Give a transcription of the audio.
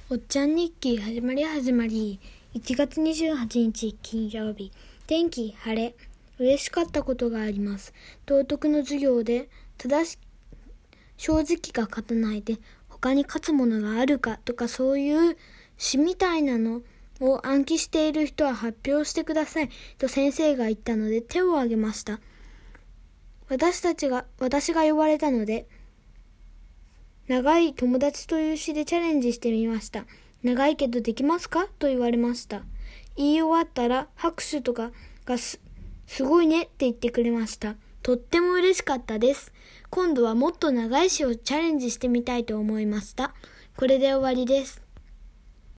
おっちゃん日記始まり1月28日金曜日。天気晴れ。嬉しかったことがあります。道徳の授業で正直が勝たないで他に勝つものがあるかとか、そういう詩みたいなのを暗記している人は発表してくださいと先生が言ったので手を挙げました。私が呼ばれたので、長い友達という詩でチャレンジしてみました。長いけどできますかと言われました。言い終わったら拍手とかがすごいねって言ってくれました。とっても嬉しかったです。今度はもっと長い詩をチャレンジしてみたいと思いました。これで終わりです。